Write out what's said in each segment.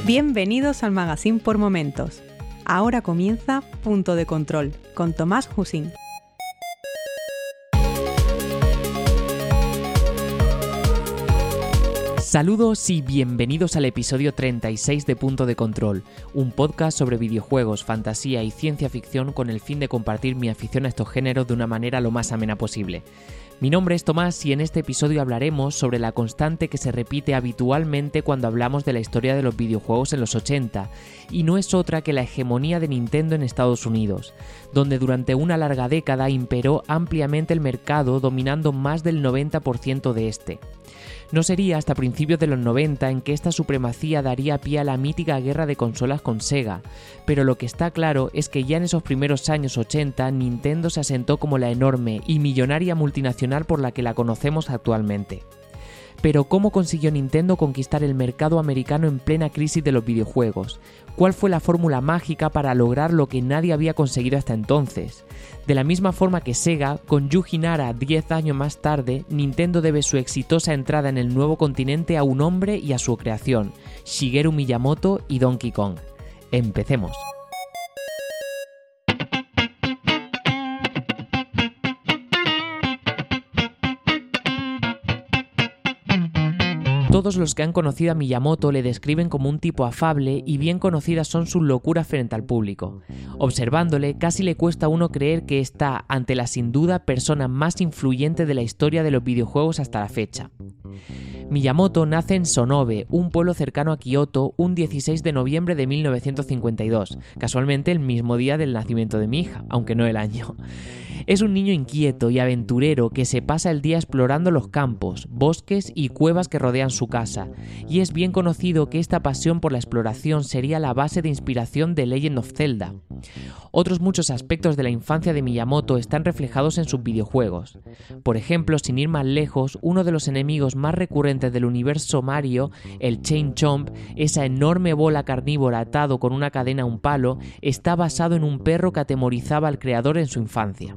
Bienvenidos al Magazine por Momentos. Ahora comienza Punto de Control con Tomás Husín. Saludos y bienvenidos al episodio 36 de Punto de Control, un podcast sobre videojuegos, fantasía y ciencia ficción con el fin de compartir mi afición a estos géneros de una manera lo más amena posible. Mi nombre es Tomás y en este episodio hablaremos sobre la constante que se repite habitualmente cuando hablamos de la historia de los videojuegos en los 80, y no es otra que la hegemonía de Nintendo en Estados Unidos, donde durante una larga década imperó ampliamente el mercado, dominando más del 90% de este. No sería hasta principios de los 90 en que esta supremacía daría pie a la mítica guerra de consolas con Sega, pero lo que está claro es que ya en esos primeros años 80 Nintendo se asentó como la enorme y millonaria multinacional por la que la conocemos actualmente. Pero ¿cómo consiguió Nintendo conquistar el mercado americano en plena crisis de los videojuegos? ¿Cuál fue la fórmula mágica para lograr lo que nadie había conseguido hasta entonces? De la misma forma que Sega, con Yuji Nara 10 años más tarde, Nintendo debe su exitosa entrada en el nuevo continente a un hombre y a su creación, Shigeru Miyamoto y Donkey Kong. Empecemos. Todos los que han conocido a Miyamoto le describen como un tipo afable y bien conocidas son sus locuras frente al público. Observándole, casi le cuesta a uno creer que está ante la sin duda persona más influyente de la historia de los videojuegos hasta la fecha. Miyamoto nace en Sonobe, un pueblo cercano a Kioto, un 16 de noviembre de 1952, casualmente el mismo día del nacimiento de mi hija, aunque no el año. Es un niño inquieto y aventurero que se pasa el día explorando los campos, bosques y cuevas que rodean su casa, y es bien conocido que esta pasión por la exploración sería la base de inspiración de Legend of Zelda. Otros muchos aspectos de la infancia de Miyamoto están reflejados en sus videojuegos. Por ejemplo, sin ir más lejos, uno de los enemigos más recurrentes del universo Mario, el Chain Chomp, esa enorme bola carnívora atado con una cadena a un palo, está basado en un perro que atemorizaba al creador en su infancia.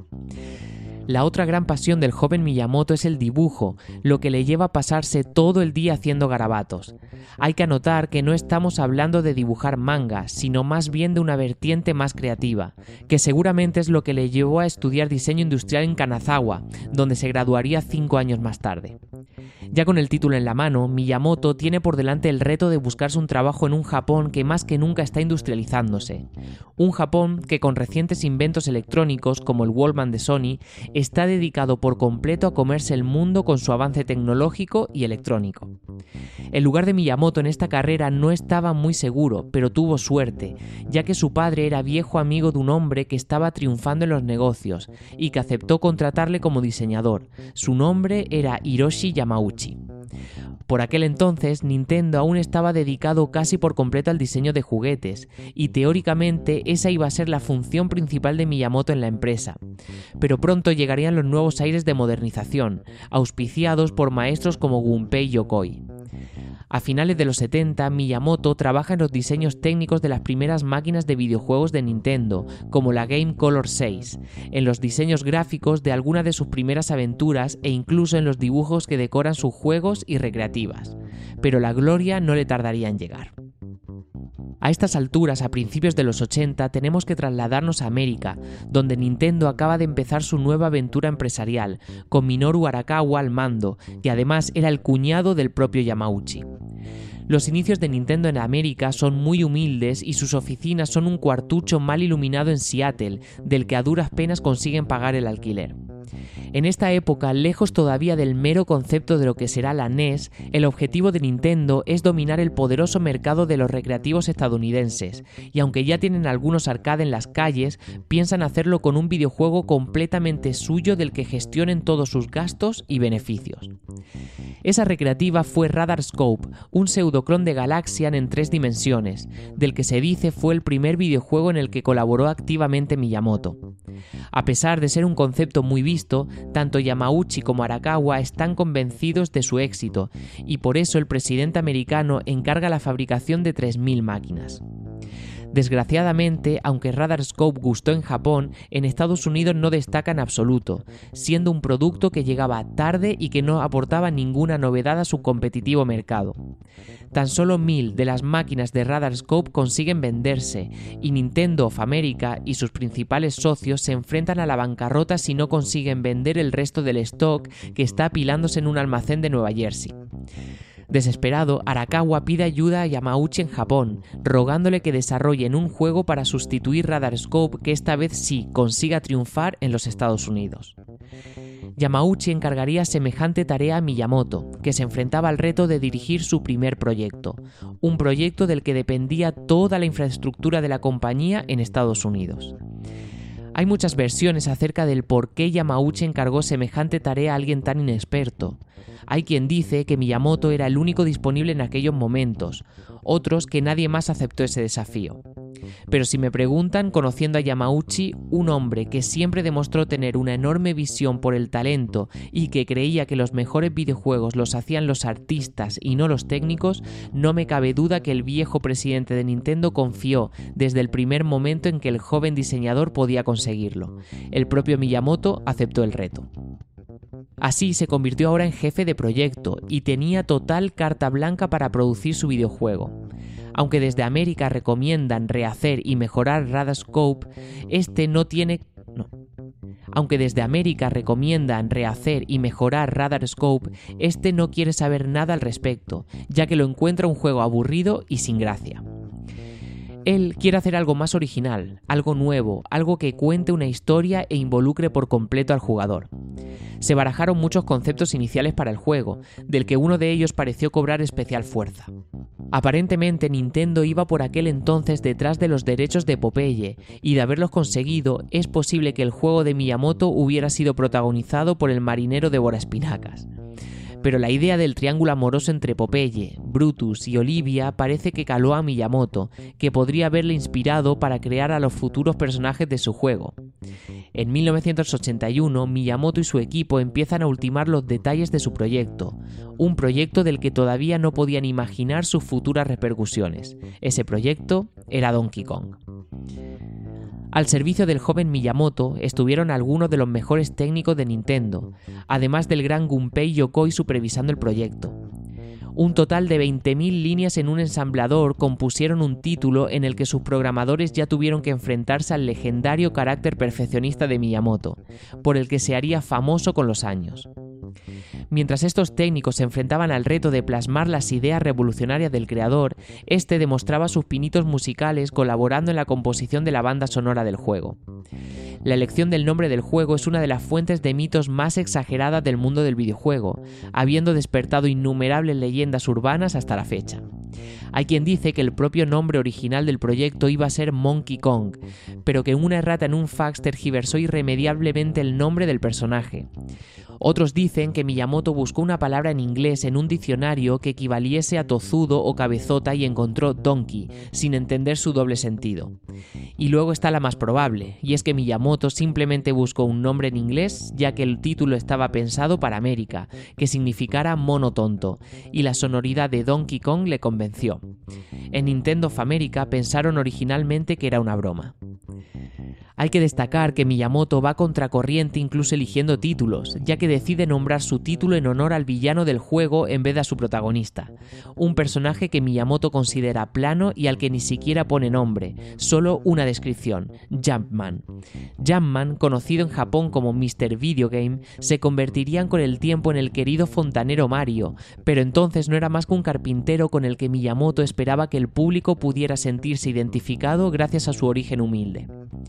La otra gran pasión del joven Miyamoto es el dibujo, lo que le lleva a pasarse todo el día haciendo garabatos. Hay que anotar que no estamos hablando de dibujar manga, sino más bien de una vertiente más creativa, que seguramente es lo que le llevó a estudiar diseño industrial en Kanazawa, donde se graduaría 5 años más tarde. Ya con el título en la mano, Miyamoto tiene por delante el reto de buscarse un trabajo en un Japón que más que nunca está industrializándose. Un Japón que con recientes inventos electrónicos como el Walkman de Sony está dedicado por completo a comerse el mundo con su avance tecnológico y electrónico. El lugar de Miyamoto en esta carrera no estaba muy seguro, pero tuvo suerte, ya que su padre era viejo amigo de un hombre que estaba triunfando en los negocios y que aceptó contratarle como diseñador. Su nombre era Hiroshi Yamauchi. Por aquel entonces, Nintendo aún estaba dedicado casi por completo al diseño de juguetes, y teóricamente esa iba a ser la función principal de Miyamoto en la empresa. Pero pronto llegarían los nuevos aires de modernización, auspiciados por maestros como Gunpei Yokoi. A finales de los 70, Miyamoto trabaja en los diseños técnicos de las primeras máquinas de videojuegos de Nintendo, como la Game Color 6, en los diseños gráficos de algunas de sus primeras aventuras e incluso en los dibujos que decoran sus juegos y recreativas. Pero la gloria no le tardaría en llegar. A estas alturas, a principios de los 80, tenemos que trasladarnos a América, donde Nintendo acaba de empezar su nueva aventura empresarial, con Minoru Arakawa al mando, que además era el cuñado del propio Yamauchi. Los inicios de Nintendo en América son muy humildes y sus oficinas son un cuartucho mal iluminado en Seattle, del que a duras penas consiguen pagar el alquiler. En esta época, lejos todavía del mero concepto de lo que será la NES, el objetivo de Nintendo es dominar el poderoso mercado de los recreativos estadounidenses, y aunque ya tienen algunos arcade en las calles, piensan hacerlo con un videojuego completamente suyo del que gestionen todos sus gastos y beneficios. Esa recreativa fue Radar Scope, un pseudoclon de Galaxian en 3 dimensiones, del que se dice fue el primer videojuego en el que colaboró activamente Miyamoto. A pesar de ser un concepto muy visto, tanto Yamauchi como Arakawa están convencidos de su éxito, y por eso el presidente americano encarga la fabricación de 3.000 máquinas. Desgraciadamente, aunque Radarscope gustó en Japón, en Estados Unidos no destaca en absoluto, siendo un producto que llegaba tarde y que no aportaba ninguna novedad a su competitivo mercado. Tan solo 1000 de las máquinas de Radarscope consiguen venderse, y Nintendo of America y sus principales socios se enfrentan a la bancarrota si no consiguen vender el resto del stock que está apilándose en un almacén de Nueva Jersey. Desesperado, Arakawa pide ayuda a Yamauchi en Japón, rogándole que desarrollen un juego para sustituir Radarscope que esta vez sí consiga triunfar en los Estados Unidos. Yamauchi encargaría semejante tarea a Miyamoto, que se enfrentaba al reto de dirigir su primer proyecto, un proyecto del que dependía toda la infraestructura de la compañía en Estados Unidos. Hay muchas versiones acerca del por qué Yamauchi encargó semejante tarea a alguien tan inexperto. Hay quien dice que Miyamoto era el único disponible en aquellos momentos, otros que nadie más aceptó ese desafío. Pero si me preguntan, conociendo a Yamauchi, un hombre que siempre demostró tener una enorme visión por el talento y que creía que los mejores videojuegos los hacían los artistas y no los técnicos, no me cabe duda que el viejo presidente de Nintendo confió desde el primer momento en que el joven diseñador podía conseguirlo. El propio Miyamoto aceptó el reto. Así se convirtió ahora en jefe de proyecto y tenía total carta blanca para producir su videojuego. Aunque desde América recomiendan rehacer y mejorar Radarscope, este no quiere saber nada al respecto, ya que lo encuentra un juego aburrido y sin gracia. Él quiere hacer algo más original, algo nuevo, algo que cuente una historia e involucre por completo al jugador. Se barajaron muchos conceptos iniciales para el juego, del que uno de ellos pareció cobrar especial fuerza. Aparentemente Nintendo iba por aquel entonces detrás de los derechos de Popeye, y de haberlos conseguido es posible que el juego de Miyamoto hubiera sido protagonizado por el marinero devoraespinacas. Pero la idea del triángulo amoroso entre Popeye, Brutus y Olivia parece que caló a Miyamoto, que podría haberle inspirado para crear a los futuros personajes de su juego. En 1981, Miyamoto y su equipo empiezan a ultimar los detalles de su proyecto, un proyecto del que todavía no podían imaginar sus futuras repercusiones. Ese proyecto era Donkey Kong. Al servicio del joven Miyamoto estuvieron algunos de los mejores técnicos de Nintendo, además del gran Gunpei Yokoi supervisando el proyecto. Un total de 20.000 líneas en un ensamblador compusieron un título en el que sus programadores ya tuvieron que enfrentarse al legendario carácter perfeccionista de Miyamoto, por el que se haría famoso con los años. Mientras estos técnicos se enfrentaban al reto de plasmar las ideas revolucionarias del creador, este demostraba sus pinitos musicales colaborando en la composición de la banda sonora del juego. La elección del nombre del juego es una de las fuentes de mitos más exageradas del mundo del videojuego, habiendo despertado innumerables leyendas urbanas hasta la fecha. Hay quien dice que el propio nombre original del proyecto iba a ser Monkey Kong, pero que una errata en un fax tergiversó irremediablemente el nombre del personaje. Otros dicen que Miyamoto buscó una palabra en inglés en un diccionario que equivaliese a tozudo o cabezota y encontró donkey, sin entender su doble sentido. Y luego está la más probable, y es que Miyamoto simplemente buscó un nombre en inglés ya que el título estaba pensado para América, que significara mono tonto, y la sonoridad de Donkey Kong le convenció. En Nintendo of America pensaron originalmente que era una broma. Hay que destacar que Miyamoto va contracorriente incluso eligiendo títulos, ya que decide nombrar su título en honor al villano del juego en vez de a su protagonista, un personaje que Miyamoto considera plano y al que ni siquiera pone nombre, solo una descripción, Jumpman. Jumpman, conocido en Japón como Mr. Video Game, se convertirían con el tiempo en el querido fontanero Mario, pero entonces no era más que un carpintero con el que Miyamoto esperaba que el público pudiera sentirse identificado gracias a su origen humilde.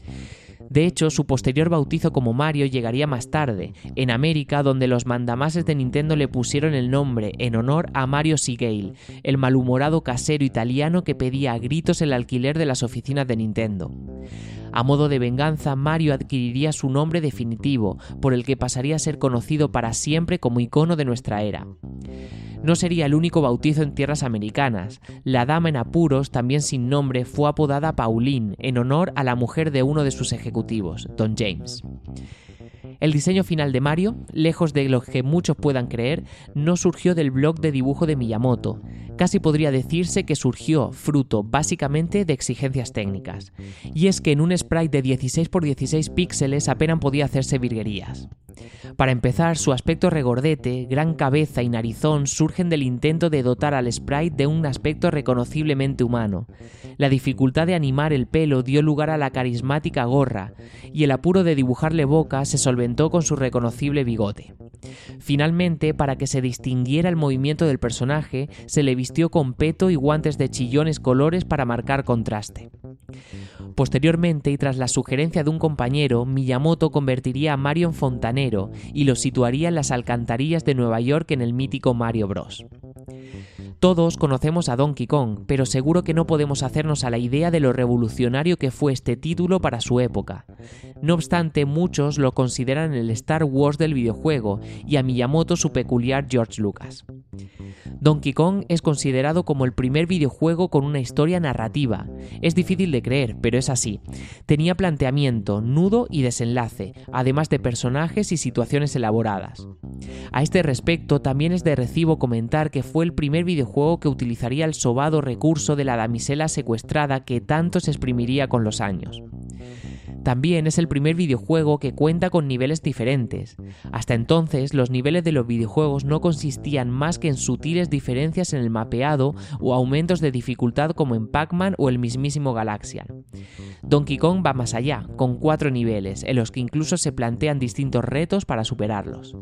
De hecho, su posterior bautizo como Mario llegaría más tarde, en América, donde los mandamases de Nintendo le pusieron el nombre en honor a Mario Sigale, el malhumorado casero italiano que pedía a gritos el alquiler de las oficinas de Nintendo. A modo de venganza, Mario adquiriría su nombre definitivo, por el que pasaría a ser conocido para siempre como icono de nuestra era. No sería el único bautizo en tierras americanas. La dama en apuros, también sin nombre, fue apodada Pauline, en honor a la mujer de uno de sus ejecutivos, Don James. El diseño final de Mario, lejos de lo que muchos puedan creer, no surgió del blog de dibujo de Miyamoto. Casi podría decirse que surgió fruto básicamente de exigencias técnicas. Y es que en un sprite de 16 x 16 píxeles apenas podía hacerse virguerías. Para empezar, su aspecto regordete, gran cabeza y narizón surgen del intento de dotar al sprite de un aspecto reconociblemente humano. La dificultad de animar el pelo dio lugar a la carismática gorra, y el apuro de dibujarle boca se solventó con su reconocible bigote. Finalmente, para que se distinguiera el movimiento del personaje, se le vistió con peto y guantes de chillones colores para marcar contraste. Posteriormente, y tras la sugerencia de un compañero, Miyamoto convertiría a Mario en fontanero y lo situaría en las alcantarillas de Nueva York en el mítico Mario Bros. Todos conocemos a Donkey Kong, pero seguro que no podemos hacernos a la idea de lo revolucionario que fue este título para su época. No obstante, muchos lo consideran el Star Wars del videojuego y a Miyamoto su peculiar George Lucas. Donkey Kong es considerado como el primer videojuego con una historia narrativa. Es difícil de creer, pero es así. Tenía planteamiento, nudo y desenlace, además de personajes y situaciones elaboradas. A este respecto, también es de recibo comentar que fue el primer videojuego que utilizaría el sobado recurso de la damisela secuestrada que tanto se exprimiría con los años. También es el primer videojuego que cuenta con niveles diferentes. Hasta entonces, los niveles de los videojuegos no consistían más que en sutiles diferencias en el mapeado o aumentos de dificultad como en Pac-Man o el mismísimo Galaxian. Donkey Kong va más allá, con 4 niveles, en los que incluso se plantean distintos retos para superarlos.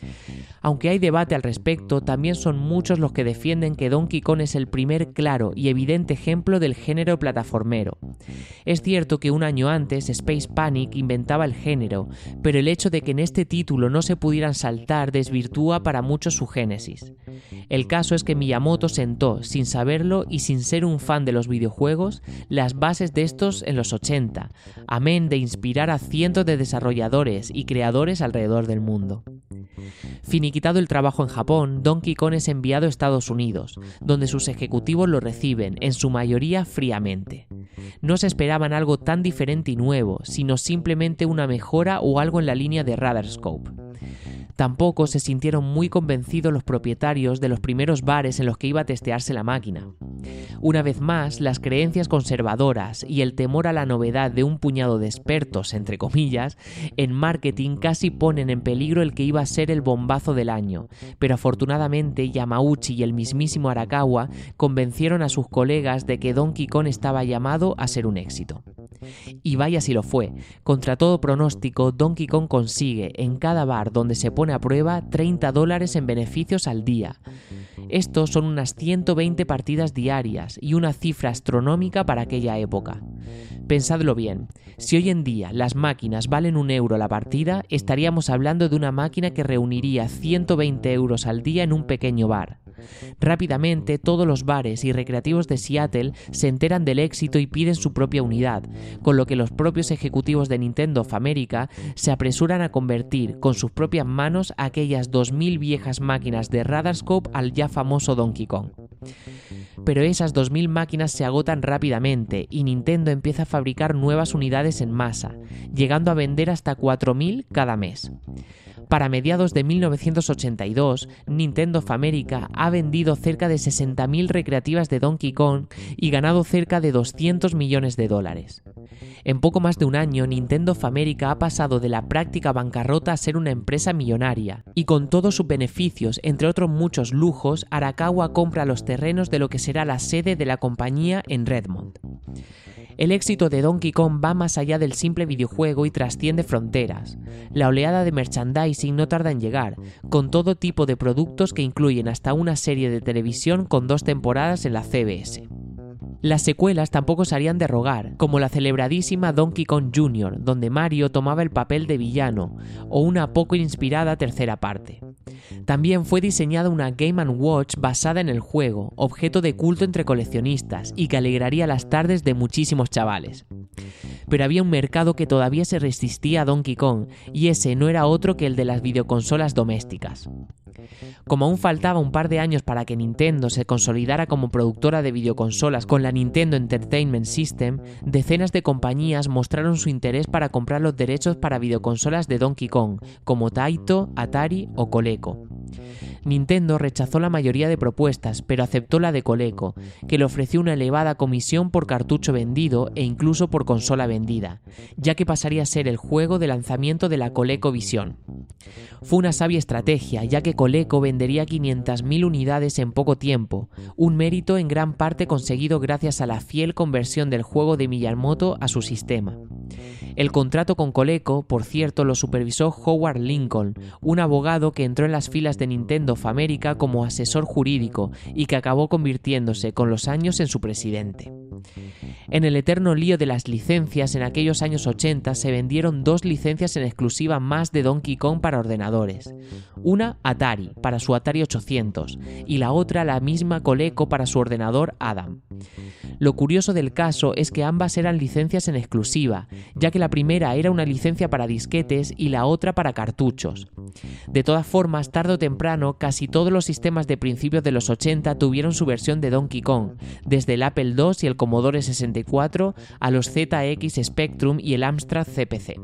Aunque hay debate al respecto, también son muchos los que defienden que Donkey Kong es el primer claro y evidente ejemplo del género plataformero. Es cierto que un año antes Space Panic inventaba el género, pero el hecho de que en este título no se pudieran saltar desvirtúa para muchos su génesis. El caso es que Miyamoto sentó, sin saberlo y sin ser un fan de los videojuegos, las bases de estos en los 80, amén de inspirar a cientos de desarrolladores y creadores alrededor del mundo. Finiquitado el trabajo en Japón, Donkey Kong es enviado a Estados Unidos, donde sus ejecutivos lo reciben, en su mayoría fríamente. No se esperaban algo tan diferente y nuevo, sino simplemente una mejora o algo en la línea de Radarscope. Tampoco se sintieron muy convencidos los propietarios de los primeros bares en los que iba a testearse la máquina. Una vez más, las creencias conservadoras y el temor a la novedad de un puñado de expertos, entre comillas, en marketing casi ponen en peligro el que iba a ser el bombazo del año, pero afortunadamente Yamauchi y el mismísimo Arakawa convencieron a sus colegas de que Donkey Kong estaba llamado a ser un éxito. Y vaya si lo fue. Contra todo pronóstico, Donkey Kong consigue, en cada bar donde se pone a prueba, $30 en beneficios al día. Estos son unas 120 partidas diarias y una cifra astronómica para aquella época. Pensadlo bien, si hoy en día las máquinas valen €1 la partida, estaríamos hablando de una máquina que reuniría 120 euros al día en un pequeño bar. Rápidamente, todos los bares y recreativos de Seattle se enteran del éxito y piden su propia unidad, con lo que los propios ejecutivos de Nintendo of America se apresuran a convertir con sus propias manos aquellas 2000 viejas máquinas de Radarscope al ya famoso Donkey Kong. Pero esas 2000 máquinas se agotan rápidamente y Nintendo empieza a fabricar nuevas unidades en masa, llegando a vender hasta 4000 cada mes. Para mediados de 1982, Nintendo of America ha vendido cerca de 60.000 recreativas de Donkey Kong y ganado cerca de $200 millones. En poco más de un año, Nintendo of America ha pasado de la práctica bancarrota a ser una empresa millonaria, y con todos sus beneficios, entre otros muchos lujos, Arakawa compra los terrenos de lo que será la sede de la compañía en Redmond. El éxito de Donkey Kong va más allá del simple videojuego y trasciende fronteras. La oleada de merchandising no tarda en llegar, con todo tipo de productos que incluyen hasta una serie de televisión con 2 temporadas en la CBS. Las secuelas tampoco se harían de rogar, como la celebradísima Donkey Kong Jr., donde Mario tomaba el papel de villano, o una poco inspirada tercera parte. También fue diseñada una Game & Watch basada en el juego, objeto de culto entre coleccionistas y que alegraría las tardes de muchísimos chavales. pero había un mercado que todavía se resistía a Donkey Kong, y ese no era otro que el de las videoconsolas domésticas. Como aún faltaba un par de años para que Nintendo se consolidara como productora de videoconsolas con la Nintendo Entertainment System, decenas de compañías mostraron su interés para comprar los derechos para videoconsolas de Donkey Kong, como Taito, Atari o Coleco. Nintendo rechazó la mayoría de propuestas, pero aceptó la de Coleco, que le ofreció una elevada comisión por cartucho vendido e incluso por consola vendida, ya que pasaría a ser el juego de lanzamiento de la ColecoVision. Fue una sabia estrategia, ya que Coleco vendería 500.000 unidades en poco tiempo, un mérito en gran parte conseguido gracias a la fiel conversión del juego de Miyamoto a su sistema. El contrato con Coleco, por cierto, lo supervisó Howard Lincoln, un abogado que entró en las filas de Nintendo of America como asesor jurídico y que acabó convirtiéndose con los años en su presidente. En el eterno lío de las licencias, en aquellos años 80 se vendieron 2 licencias en exclusiva más de Donkey Kong para ordenadores. Una Atari, para su Atari 800, y la otra la misma Coleco para su ordenador Adam. Lo curioso del caso es que ambas eran licencias en exclusiva, ya que la primera era una licencia para disquetes y la otra para cartuchos. De todas formas, tarde o temprano, casi todos los sistemas de principios de los 80 tuvieron su versión de Donkey Kong, desde el Apple II y el Commodore 64 a los ZX Spectrum y el Amstrad CPC.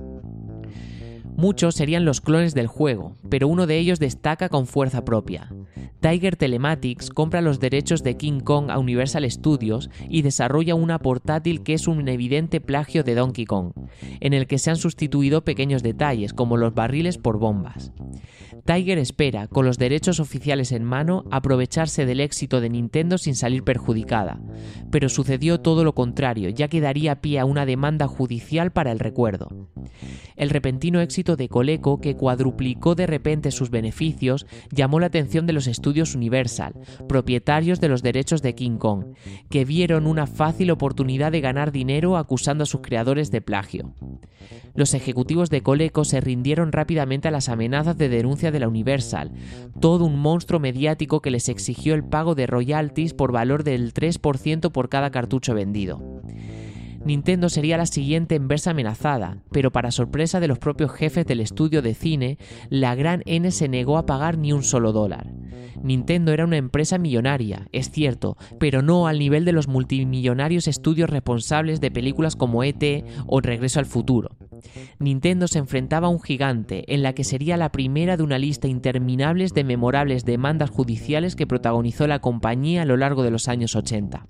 Muchos serían los clones del juego, pero uno de ellos destaca con fuerza propia. Tiger Telematics compra los derechos de King Kong a Universal Studios y desarrolla una portátil que es un evidente plagio de Donkey Kong, en el que se han sustituido pequeños detalles como los barriles por bombas. Tiger espera, con los derechos oficiales en mano, aprovecharse del éxito de Nintendo sin salir perjudicada, pero sucedió todo lo contrario, ya que daría pie a una demanda judicial para el recuerdo. El repentino éxito de Coleco, que cuadruplicó de repente sus beneficios, llamó la atención de los estudios Universal, propietarios de los derechos de King Kong, que vieron una fácil oportunidad de ganar dinero acusando a sus creadores de plagio. Los ejecutivos de Coleco se rindieron rápidamente a las amenazas de denuncia de la Universal, todo un monstruo mediático que les exigió el pago de royalties por valor del 3% por cada cartucho vendido. Nintendo sería la siguiente en verse amenazada, pero para sorpresa de los propios jefes del estudio de cine, la gran N se negó a pagar ni un solo dólar. Nintendo era una empresa millonaria, es cierto, pero no al nivel de los multimillonarios estudios responsables de películas como E.T. o Regreso al Futuro. Nintendo se enfrentaba a un gigante, en la que sería la primera de una lista interminable de memorables demandas judiciales que protagonizó la compañía a lo largo de los años 80.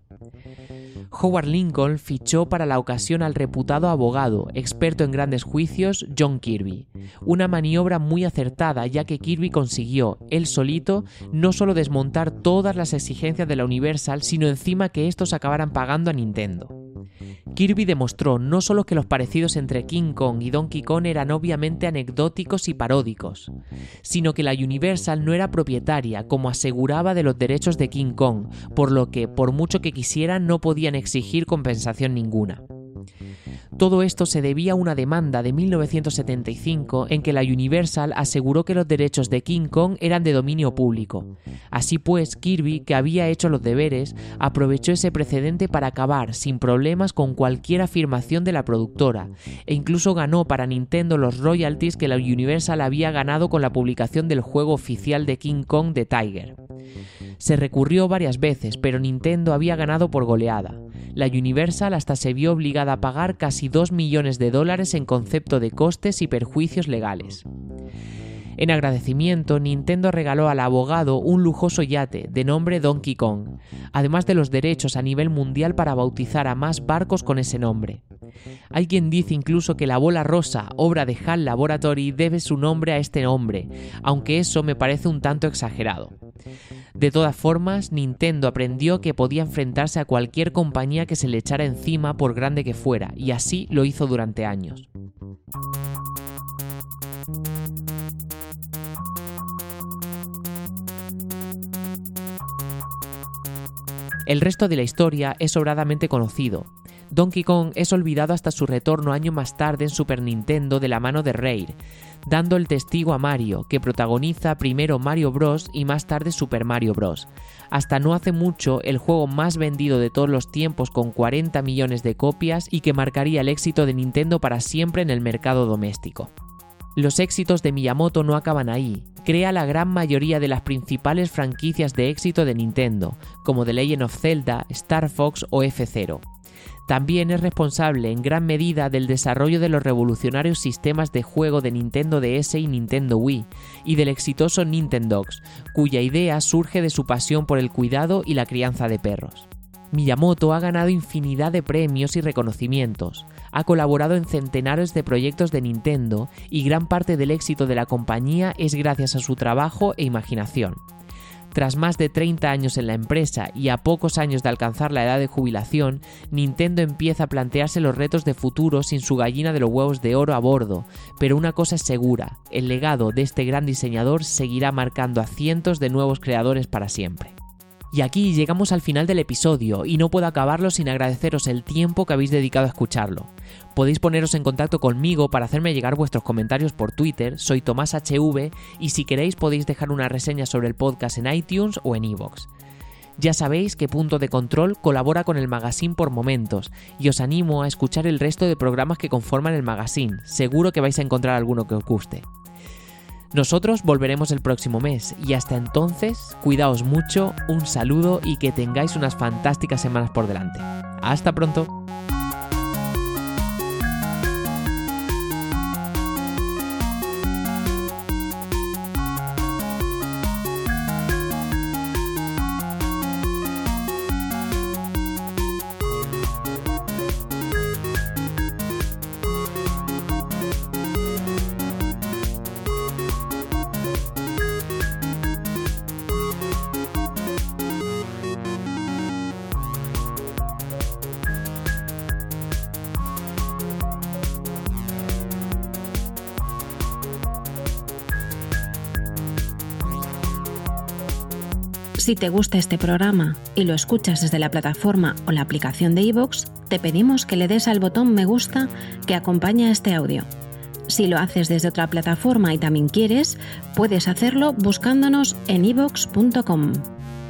Howard Lincoln fichó para la ocasión al reputado abogado, experto en grandes juicios, John Kirby. Una maniobra muy acertada, ya que Kirby consiguió, él solito, no solo desmontar todas las exigencias de la Universal, sino encima que estos acabaran pagando a Nintendo. Kirby demostró no solo que los parecidos entre King Kong y Donkey Kong eran obviamente anecdóticos y paródicos, sino que la Universal no era propietaria, como aseguraba, de los derechos de King Kong, por lo que, por mucho que quisieran, no podían exigir compensación ninguna. Todo esto se debía a una demanda de 1975 en que la Universal aseguró que los derechos de King Kong eran de dominio público. Así pues, Kirby, que había hecho los deberes, aprovechó ese precedente para acabar sin problemas con cualquier afirmación de la productora, e incluso ganó para Nintendo los royalties que la Universal había ganado con la publicación del juego oficial de King Kong de Tiger. Se recurrió varias veces, pero Nintendo había ganado por goleada. La Universal hasta se vio obligada a pagar casi $2 millones en concepto de costes y perjuicios legales. En agradecimiento, Nintendo regaló al abogado un lujoso yate de nombre Donkey Kong, además de los derechos a nivel mundial para bautizar a más barcos con ese nombre. Hay quien dice incluso que la bola rosa, obra de HAL Laboratory, debe su nombre a este hombre, aunque eso me parece un tanto exagerado. De todas formas, Nintendo aprendió que podía enfrentarse a cualquier compañía que se le echara encima por grande que fuera, y así lo hizo durante años. El resto de la historia es sobradamente conocido. Donkey Kong es olvidado hasta su retorno años más tarde en Super Nintendo de la mano de Rare. dando el testigo a Mario, que protagoniza primero Mario Bros. Y más tarde Super Mario Bros. Hasta no hace mucho el juego más vendido de todos los tiempos con 40 millones de copias y que marcaría el éxito de Nintendo para siempre en el mercado doméstico. Los éxitos de Miyamoto no acaban ahí. Crea la gran mayoría de las principales franquicias de éxito de Nintendo, como The Legend of Zelda, Star Fox o F-Zero. También es responsable en gran medida del desarrollo de los revolucionarios sistemas de juego de Nintendo DS y Nintendo Wii, y del exitoso Nintendogs, cuya idea surge de su pasión por el cuidado y la crianza de perros. Miyamoto ha ganado infinidad de premios y reconocimientos, ha colaborado en centenares de proyectos de Nintendo y gran parte del éxito de la compañía es gracias a su trabajo e imaginación. Tras más de 30 años en la empresa y a pocos años de alcanzar la edad de jubilación, Nintendo empieza a plantearse los retos de futuro sin su gallina de los huevos de oro a bordo, pero una cosa es segura, el legado de este gran diseñador seguirá marcando a cientos de nuevos creadores para siempre. Y aquí llegamos al final del episodio y no puedo acabarlo sin agradeceros el tiempo que habéis dedicado a escucharlo. Podéis poneros en contacto conmigo para hacerme llegar vuestros comentarios por Twitter, soy Tomás HV, y si queréis podéis dejar una reseña sobre el podcast en iTunes o en iVoox. Ya sabéis que Punto de Control colabora con el magazine por momentos y os animo a escuchar el resto de programas que conforman el magazine, seguro que vais a encontrar alguno que os guste. Nosotros volveremos el próximo mes y hasta entonces, cuidaos mucho, un saludo y que tengáis unas fantásticas semanas por delante. ¡Hasta pronto! Si te gusta este programa y lo escuchas desde la plataforma o la aplicación de iVoox, te pedimos que le des al botón me gusta que acompaña este audio. Si lo haces desde otra plataforma y también quieres, puedes hacerlo buscándonos en iVoox.com.